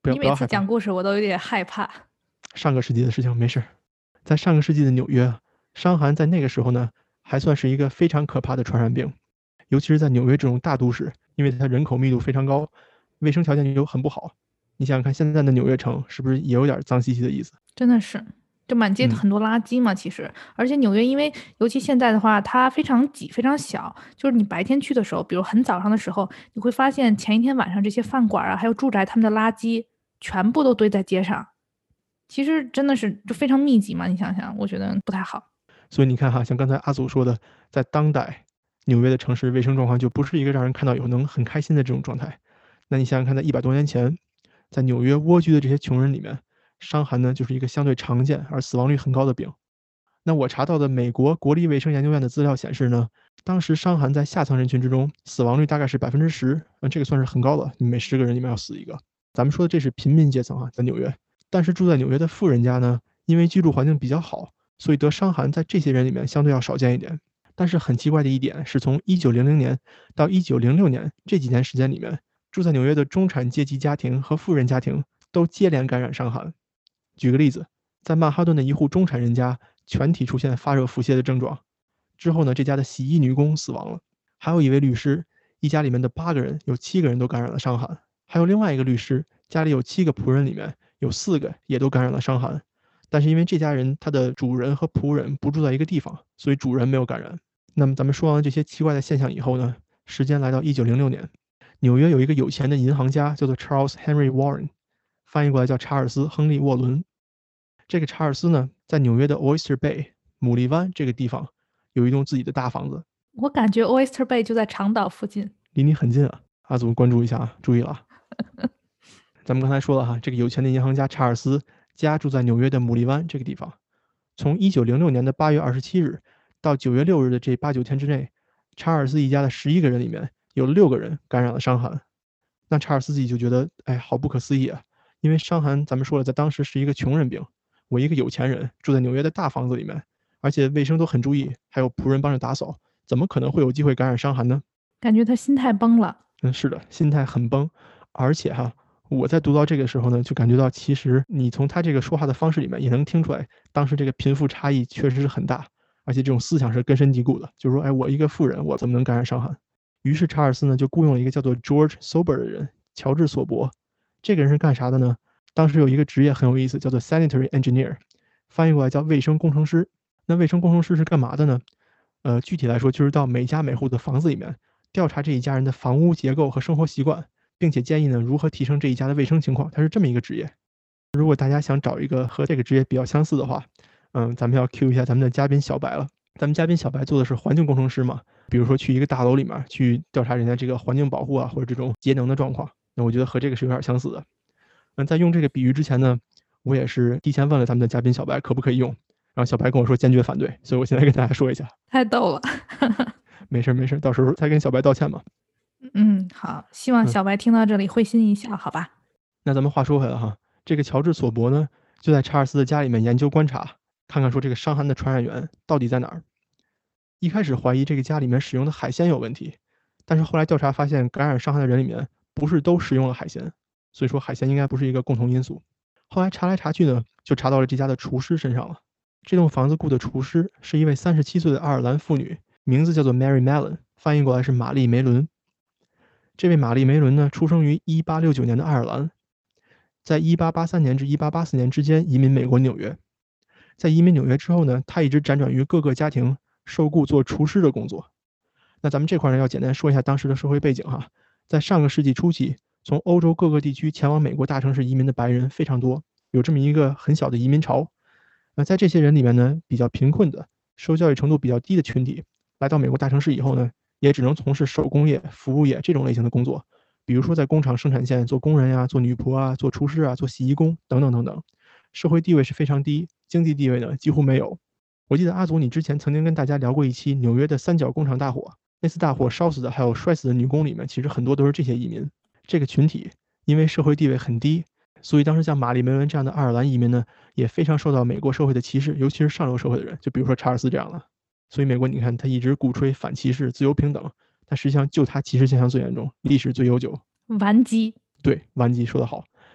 不要你每次不要害怕。 讲故事我都有点害怕。 上个世纪的事情没事。在上个世纪的纽约，伤寒在那个时候呢，还算是一个非常可怕的传染病，尤其是在纽约这种大都市，因为它人口密度非常高，卫生条件又很不好。你想想看，现在的纽约城是不是也有点脏兮兮的意思？ 真的是，就满街嗯很多垃圾嘛，其实，而且纽约因为尤其现在的话，它非常挤，非常小，就是你白天去的时候，比如很早上的时候，你会发现前一天晚上这些饭馆啊，还有住宅他们的垃圾全部都堆在街上，其实真的是就非常密集嘛，你想想，我觉得不太好。 所以你看哈，像刚才阿祖说的，在当代纽约的城市卫生状况就不是一个让人看到以后能很开心的这种状态。那你想想看，在一百多年前，在纽约蜗居的这些穷人里面，伤寒呢就是一个相对常见而死亡率很高的病。那我查到的美国国立卫生研究院的资料显示呢，当时伤寒在下层人群之中死亡率大概是百分之十，嗯，这个算是很高了，你每十个人里面要死一个。咱们说的这是平民阶层啊，在纽约。但是住在纽约的富人家呢，因为居住环境比较好，所以得伤寒在这些人里面相对要少见一点。但是很奇怪的一点是，从一九零零年到一九零六年这几年时间里面，住在纽约的中产阶级家庭和富人家庭都接连感染伤寒。举个例子，在曼哈顿的一户中产人家，全体出现发热腹泻的症状。之后呢，这家的洗衣女工死亡了。还有一位律师，一家里面的八个人，有七个人都感染了伤寒。还有另外一个律师，家里有七个仆人，里面有四个也都感染了伤寒。但是因为这家人他的主人和仆人不住在一个地方，所以主人没有感染。那么咱们说完这些奇怪的现象以后呢，时间来到一九零六年，纽约有一个有钱的银行家叫做 Charles Henry Warren， 翻译过来叫查尔斯·亨利·沃伦。这个查尔斯呢，在纽约的 Oyster Bay 牡蛎湾这个地方有一栋自己的大房子。 我感觉 Oyster Bay 就在长岛附近， 离你很近啊，阿祖关注一下啊，注意了啊。咱们刚才说了哈，这个有钱的银行家查尔斯家住在纽约的牡蛎湾这个地方。从一九零六年的八月二十七日到九月六日的这八九天之内，查尔斯一家的十一个人里面有六个人感染了伤寒。那查尔斯自己就觉得，哎，好不可思议啊！因为伤寒咱们说了，在当时是一个穷人病，我一个有钱人住在纽约的大房子里面，而且卫生都很注意，还有仆人帮着打扫，怎么可能会有机会感染伤寒呢？ 感觉他心态崩了。 嗯，是的，心态很崩。而且哈，我在读到这个时候呢，就感觉到其实你从他这个说话的方式里面也能听出来，当时这个贫富差异确实是很大，而且这种思想是根深蒂固的，就是说，哎，我一个富人，我怎么能感染伤寒？于是查尔斯呢就雇佣了一个叫做 George Sober 的人，乔治·索伯。这个人是干啥的呢？当时有一个职业很有意思，叫做 Sanitary Engineer， 翻译过来叫卫生工程师。那卫生工程师是干嘛的呢？呃，具体来说就是到每家每户的房子里面调查这一家人的房屋结构和生活习惯，并且建议呢如何提升这一家的卫生情况。它是这么一个职业。如果大家想找一个和这个职业比较相似的话，嗯，咱们要 cue 一下咱们的嘉宾小白了。咱们嘉宾小白做的是环境工程师嘛，比如说去一个大楼里面去调查人家这个环境保护啊，或者这种节能的状况，那我觉得和这个是有点相似的。嗯，在用这个比喻之前呢，我也是提前问了咱们的嘉宾小白可不可以用，然后小白跟我说坚决反对，所以我现在跟大家说一下。 太逗了。 没事没事，到时候再跟小白道歉嘛。 嗯，好，希望小白听到这里会心一笑，好吧？ 那咱们话说回来哈，这个乔治·索伯呢，就在查尔斯的家里面研究观察，看看说这个伤寒的传染源到底在哪儿。一开始怀疑这个家里面使用的海鲜有问题，但是后来调查发现，感染伤寒的人里面不是都食用了海鲜，所以说海鲜应该不是一个共同因素。后来查来查去呢，就查到了这家的厨师身上了。这栋房子雇的厨师是一位三十七岁的爱尔兰妇女，名字叫做 Mary Mallon， 翻译过来是玛丽梅伦。这位玛丽梅伦呢，出生于一八六九年的爱尔兰，在一八八三年至一八八四年之间移民美国纽约。在移民纽约之后呢，他一直辗转于各个家庭，受雇做厨师的工作。那咱们这块呢，要简单说一下当时的社会背景哈。在上个世纪初期，从欧洲各个地区前往美国大城市移民的白人非常多，有这么一个很小的移民潮。那在这些人里面呢，比较贫困的、受教育程度比较低的群体，来到美国大城市以后呢，也只能从事手工业、服务业这种类型的工作，比如说在工厂生产线做工人呀、做女仆啊、做厨师啊、做洗衣工等等等等。社会地位是非常低，经济地位呢几乎没有。我记得阿祖你之前曾经跟大家聊过一期纽约的三角工厂大火，那次大火烧死的还有摔死的女工里面，其实很多都是这些移民。这个群体因为社会地位很低，所以当时像玛丽梅伦这样的爱尔兰移民呢，也非常受到美国社会的歧视，尤其是上流社会的人，就比如说查尔斯这样的。所以美国你看他一直鼓吹反歧视、自由平等，但实际上就他歧视现象最严重，历史最悠久。 顽疾。 对，顽疾说得好。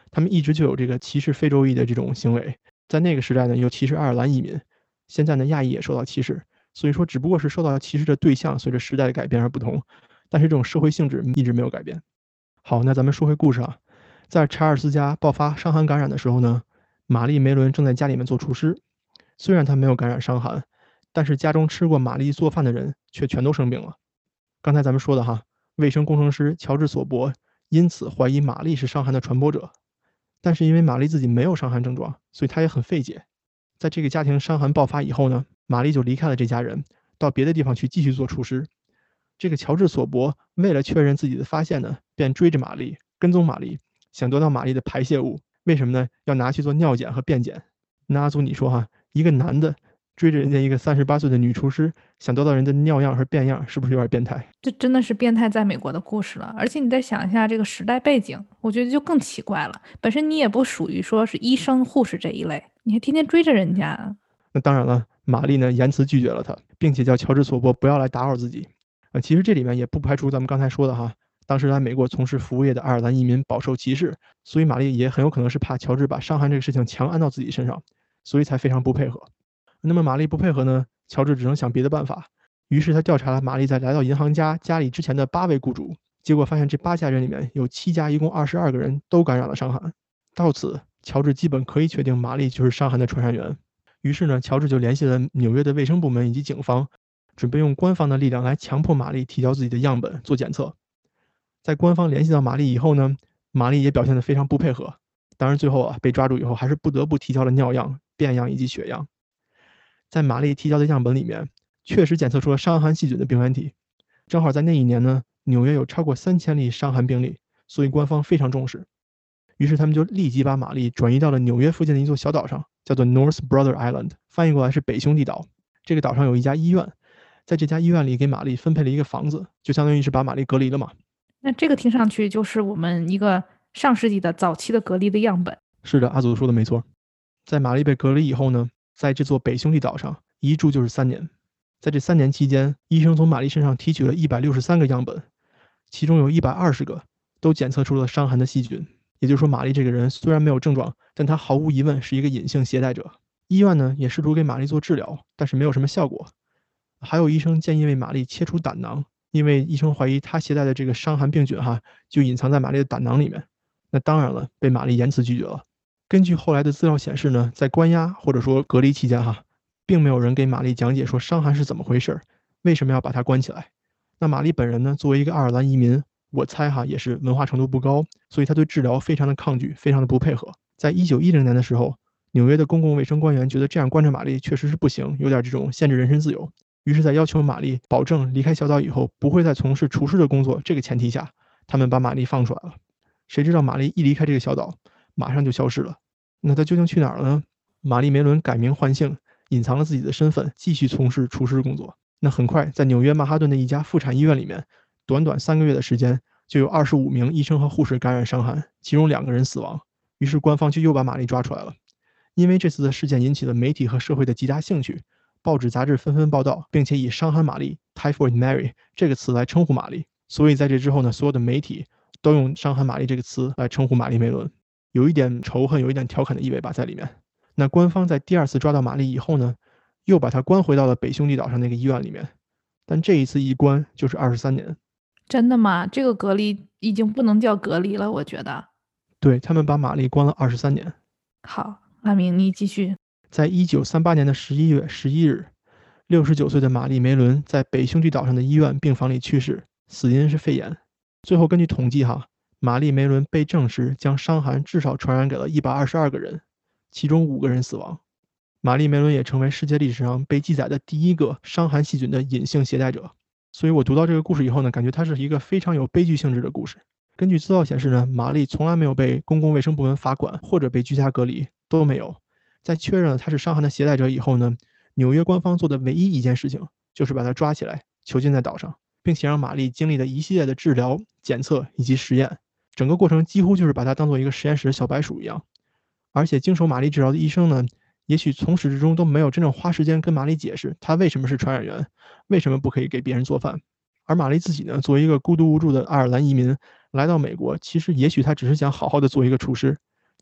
他们一直就有这个歧视非洲裔的这种行为。在那个时代呢，又歧视爱尔兰移民，现在呢，亚裔也受到歧视。所以说，只不过是受到歧视的对象随着时代的改变而不同，但是这种社会性质一直没有改变。好，那咱们说回故事啊，在查尔斯家爆发伤寒感染的时候呢，玛丽梅伦正在家里面做厨师。虽然她没有感染伤寒，但是家中吃过玛丽做饭的人却全都生病了。刚才咱们说的哈，卫生工程师乔治索伯因此怀疑玛丽是伤寒的传播者，但是因为玛丽自己没有伤寒症状，所以他也很费解。在这个家庭伤寒爆发以后呢，玛丽就离开了这家人，到别的地方去继续做厨师。这个乔治索伯为了确认自己的发现呢，便追着玛丽，跟踪玛丽，想得到玛丽的排泄物。为什么呢？要拿去做尿检和便检。那阿祖你说哈，一个男的追着人家一个三十八岁的女厨师，想得到人的尿样和便样，是不是有点变态？ 这真的是变态在美国的故事了。而且你再想一下这个时代背景，我觉得就更奇怪了。本身你也不属于说是医生护士这一类，你还天天追着人家。 那当然了，玛丽呢严词拒绝了他，并且叫乔治索伯不要来打扰自己。呃，其实这里面也不排除咱们刚才说的哈，当时在美国从事服务业的爱尔兰移民饱受歧视，所以玛丽也很有可能是怕乔治把伤寒这个事情强按到自己身上，所以才非常不配合。那么玛丽不配合呢，乔治只能想别的办法。于是他调查了玛丽在来到银行家家里之前的八位雇主，结果发现这八家人里面有七家，一共二十二个人都感染了伤寒。到此，乔治基本可以确定玛丽就是伤寒的传染源。于是呢，乔治就联系了纽约的卫生部门以及警方，准备用官方的力量来强迫玛丽提交自己的样本做检测。在官方联系到玛丽以后呢，玛丽也表现得非常不配合。当然最后啊，被抓住以后还是不得不提交了尿样、便样以及血样。在玛丽提交的样本里面，确实检测出了伤寒细菌的病原体。正好在那一年呢，纽约有超过三千例伤寒病例，所以官方非常重视。于是他们就立即把玛丽转移到了纽约附近的一座小岛上，叫做 North Brother Island， 翻译过来是北兄弟岛。这个岛上有一家医院，在这家医院里给玛丽分配了一个房子，就相当于是把玛丽隔离了嘛。 那这个听上去就是我们一个上世纪的早期的隔离的样本。 是的，阿祖说的没错。在玛丽被隔离以后呢，在这座北兄弟岛上一住就是三年。在这三年期间，医生从玛丽身上提取了一百六十三个样本，其中有一百二十个都检测出了伤寒的细菌。也就是说，玛丽这个人虽然没有症状，但她毫无疑问是一个隐性携带者。医院呢也试图给玛丽做治疗，但是没有什么效果。还有医生建议为玛丽切除胆囊，因为医生怀疑她携带的这个伤寒病菌哈就隐藏在玛丽的胆囊里面。那当然了，被玛丽严词拒绝了。根据后来的资料显示呢，在关押或者说隔离期间哈，并没有人给玛丽讲解说伤寒是怎么回事，为什么要把她关起来。那玛丽本人呢，作为一个爱尔兰移民，我猜哈也是文化程度不高，所以他对治疗非常的抗拒，非常的不配合。在一九一零年的时候，纽约的公共卫生官员觉得这样关着玛丽确实是不行，有点这种限制人身自由。于是，在要求玛丽保证离开小岛以后不会再从事厨师的工作这个前提下，他们把玛丽放出来了。谁知道玛丽一离开这个小岛，马上就消失了。那她究竟去哪儿了呢？玛丽梅伦改名换姓，隐藏了自己的身份，继续从事厨师工作。那很快，在纽约曼哈顿的一家妇产医院里面，短短三个月的时间，就有二十五名医生和护士感染伤寒，其中两个人死亡。于是官方就又把玛丽抓出来了。因为这次的事件引起了媒体和社会的极大兴趣，报纸杂志纷纷报道，并且以伤寒玛丽 Typhoid Mary 这个词来称呼玛丽。所以在这之后呢，所有的媒体都用伤寒玛丽这个词来称呼玛丽梅伦，有一点仇恨，有一点调侃的意味吧在里面。那官方在第二次抓到玛丽以后呢，又把她关回到了北兄弟岛上那个医院里面，但这一次一关就是二十三年。 真的吗？这个隔离已经不能叫隔离了，我觉得。 对，他们把玛丽关了二十三年。 好，阿明你继续。 在一九三八年的十一月十一日，六十九岁的玛丽梅伦在北兄弟岛上的医院病房里去世，死因是肺炎。最后根据统计哈，玛丽梅伦被证实将伤寒至少传染给了一百二十二个人，其中五个人死亡。玛丽梅伦也成为世界历史上被记载的第一个伤寒细菌的隐性携带者。所以我读到这个故事以后呢，感觉它是一个非常有悲剧性质的故事。根据资料显示呢，玛丽从来没有被公共卫生部门罚款或者被居家隔离，都没有。在确认了她是伤寒的携带者以后呢，纽约官方做的唯一一件事情就是把她抓起来，囚禁在岛上，并且让玛丽经历了一系列的治疗、检测以及实验。整个过程几乎就是把她当做一个实验室的小白鼠一样。而且经手玛丽治疗的医生呢，也许从始至终都没有真正花时间跟玛丽解释她为什么是传染源，为什么不可以给别人做饭。而玛丽自己呢，作为一个孤独无助的爱尔兰移民来到美国，其实也许她只是想好好的做一个厨师，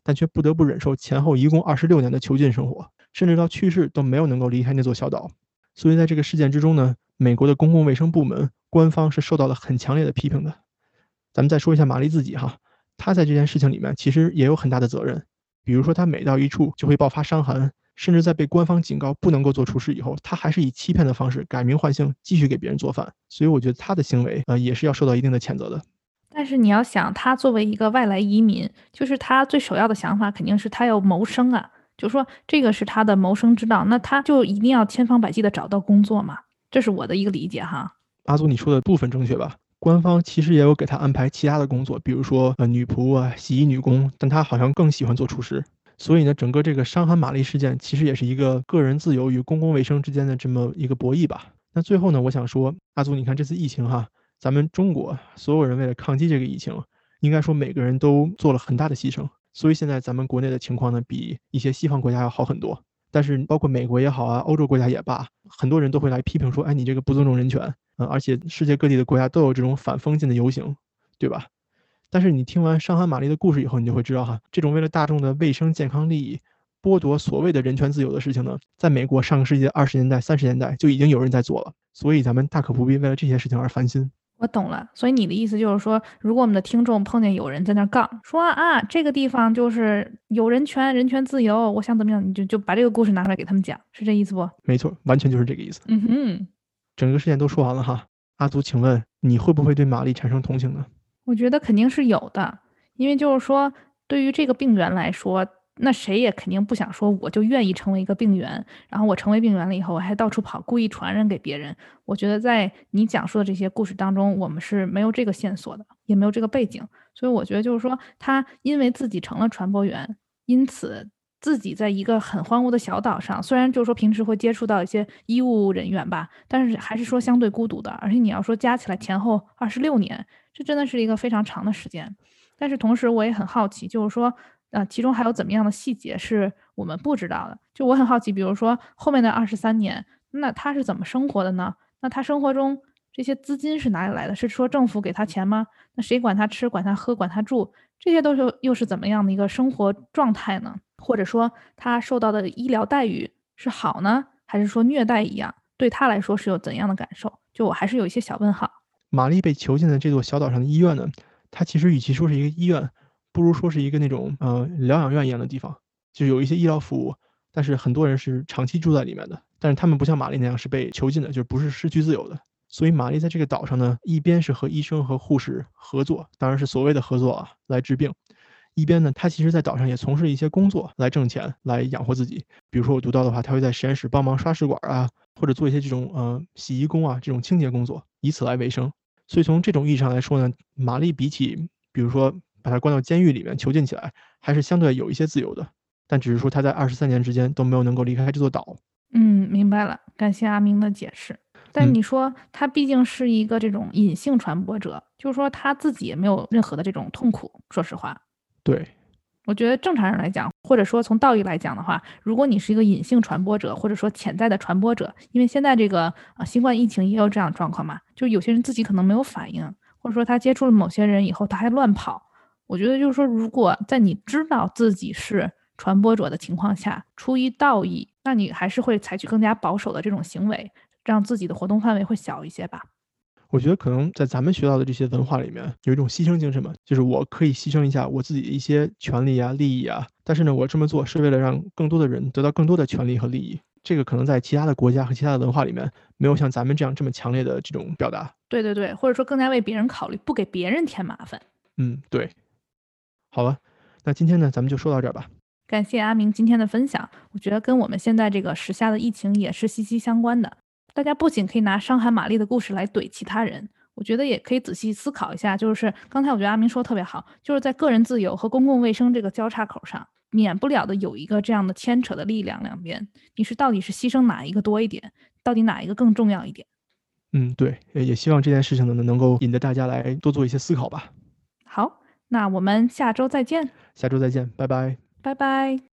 但却不得不忍受前后一共二十六年的囚禁生活，甚至到去世都没有能够离开那座小岛。所以在这个事件之中呢，美国的公共卫生部门官方是受到了很强烈的批评的。咱们再说一下玛丽自己哈，她在这件事情里面其实也有很大的责任。比如说她每到一处就会爆发伤寒，甚至在被官方警告不能够做厨师以后，她还是以欺骗的方式改名换姓继续给别人做饭。所以我觉得她的行为呃也是要受到一定的谴责的。 但是你要想，他作为一个外来移民，就是他最首要的想法肯定是他要谋生啊，就是说这个是他的谋生之道，那他就一定要千方百计的找到工作嘛，这是我的一个理解哈。 阿祖你说的部分正确吧？官方其实也有给他安排其他的工作，比如说呃女仆啊、洗衣女工，但他好像更喜欢做厨师。所以呢，整个这个伤寒玛丽事件其实也是一个个人自由与公共卫生之间的这么一个博弈吧。那最后呢，我想说，阿祖，你看这次疫情哈，咱们中国所有人为了抗击这个疫情，应该说每个人都做了很大的牺牲。所以现在咱们国内的情况呢，比一些西方国家要好很多。但是包括美国也好啊，欧洲国家也罢，很多人都会来批评说，哎，你这个不尊重人权。呃，而且世界各地的国家都有这种反封禁的游行，对吧？但是你听完伤寒玛丽的故事以后，你就会知道哈，这种为了大众的卫生健康利益，剥夺所谓的人权自由的事情呢，在美国上个世纪的二十年代、三十年代就已经有人在做了，所以咱们大可不必为了这些事情而烦心。 我懂了，所以你的意思就是说，如果我们的听众碰见有人在那杠，说啊这个地方就是有人权、人权自由，我想怎么样，你就就把这个故事拿出来给他们讲，是这意思不？ 没错，完全就是这个意思。 嗯哼， 整个事件都说完了哈，阿祖，请问你会不会对玛丽产生同情呢？ 我觉得肯定是有的，因为就是说，对于这个病源来说，那谁也肯定不想说，我就愿意成为一个病源，然后我成为病源了以后，我还到处跑，故意传染给别人。我觉得在你讲述的这些故事当中，我们是没有这个线索的，也没有这个背景，所以我觉得就是说，他因为自己成了传播源，因此自己在一个很荒芜的小岛上，虽然就是说平时会接触到一些医务人员吧，但是还是说相对孤独的，而且你要说加起来前后二十六年，这真的是一个非常长的时间。但是同时我也很好奇，就是说。呃，其中还有怎么样的细节是我们不知道的？就我很好奇，比如说后面的二十三年，那他是怎么生活的呢？那他生活中这些资金是哪里来的？是说政府给他钱吗？那谁管他吃、管他喝、管他住？这些都是又是怎么样的一个生活状态呢？或者说他受到的医疗待遇是好呢，还是说虐待一样？对他来说是有怎样的感受？就我还是有一些小问号。 玛丽被囚禁的这座小岛上的医院呢，它其实与其说是一个医院，不如说是一个那种呃疗养院一样的地方，就是有一些医疗服务，但是很多人是长期住在里面的，但是他们不像玛丽那样是被囚禁的，就不是失去自由的。所以玛丽在这个岛上呢，一边是和医生和护士合作，当然是所谓的合作啊，来治病，一边呢，她其实在岛上也从事一些工作来挣钱，来养活自己。比如说我读到的话，她会在实验室帮忙刷试管啊，或者做一些这种呃洗衣工啊这种清洁工作，以此来维生。所以从这种意义上来说呢，玛丽比起比如说把他关到监狱里面囚禁起来，还是相对有一些自由的，但只是说他在二十三年之间都没有能够离开这座岛。 嗯，明白了，感谢阿明的解释。但你说他毕竟是一个这种隐性传播者，就是说他自己也没有任何的这种痛苦。说实话， 对， 我觉得正常人来讲，或者说从道义来讲的话，如果你是一个隐性传播者，或者说潜在的传播者，因为现在这个呃新冠疫情也有这样的状况嘛，就有些人自己可能没有反应，或者说他接触了某些人以后他还乱跑。我觉得就是说，如果在你知道自己是传播者的情况下，出于道义，那你还是会采取更加保守的这种行为，让自己的活动范围会小一些吧。 我觉得可能在咱们学到的这些文化里面，有一种牺牲精神嘛，就是我可以牺牲一下我自己的一些权利啊、利益啊，但是呢，我这么做是为了让更多的人得到更多的权利和利益。这个可能在其他的国家和其他的文化里面，没有像咱们这样这么强烈的这种表达。 对对对，或者说更加为别人考虑，不给别人添麻烦。 嗯，对。好了，那今天呢，咱们就说到这儿吧。 感谢阿明今天的分享，我觉得跟我们现在这个时下的疫情也是息息相关的。大家不仅可以拿伤寒玛丽的故事来怼其他人，我觉得也可以仔细思考一下，就是刚才我觉得阿明说的特别好，就是在个人自由和公共卫生这个交叉口上，免不了的有一个这样的牵扯的力量，两边你是到底是牺牲哪一个多一点，到底哪一个更重要一点？ 嗯，对，也希望这件事情呢，能够引得大家来多做一些思考吧。 好，那我们下周再见。 下周再见，拜拜。 拜拜。